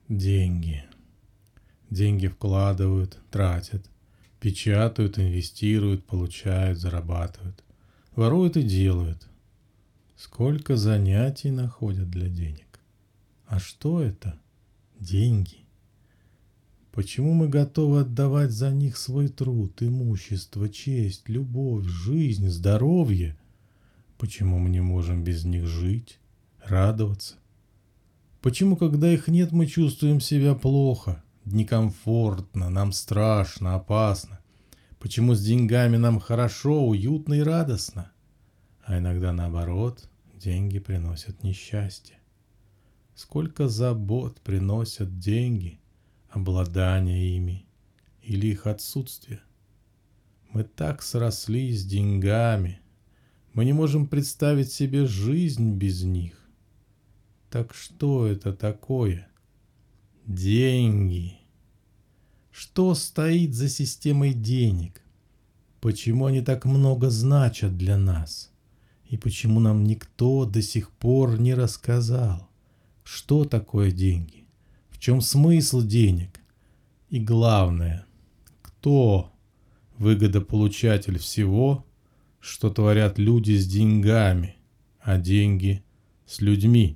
Деньги. Деньги вкладывают, тратят, печатают, инвестируют, получают, зарабатывают, воруют и делают. Сколько занятий находят для денег. А что это? Деньги. Почему мы готовы отдавать за них свой труд, имущество, честь, любовь, жизнь, здоровье? Почему мы не можем без них жить, радоваться? Почему, когда их нет, мы чувствуем себя плохо, некомфортно, нам страшно, опасно? Почему с деньгами нам хорошо, уютно и радостно? А иногда наоборот, деньги приносят несчастье. Сколько забот приносят деньги, обладание ими или их отсутствие. Мы так срослись с деньгами, мы не можем представить себе жизнь без них. Так что это такое? Деньги. Что стоит за системой денег? Почему они так много значат для нас? И почему нам никто до сих пор не рассказал, что такое деньги? В чем смысл денег? И главное, кто выгодополучатель всего, что творят люди с деньгами, а деньги с людьми?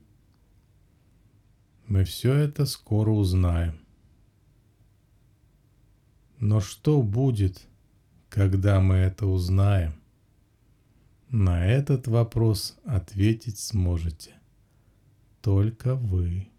Мы все это скоро узнаем. Но что будет, когда мы это узнаем? На этот вопрос ответить сможете только вы.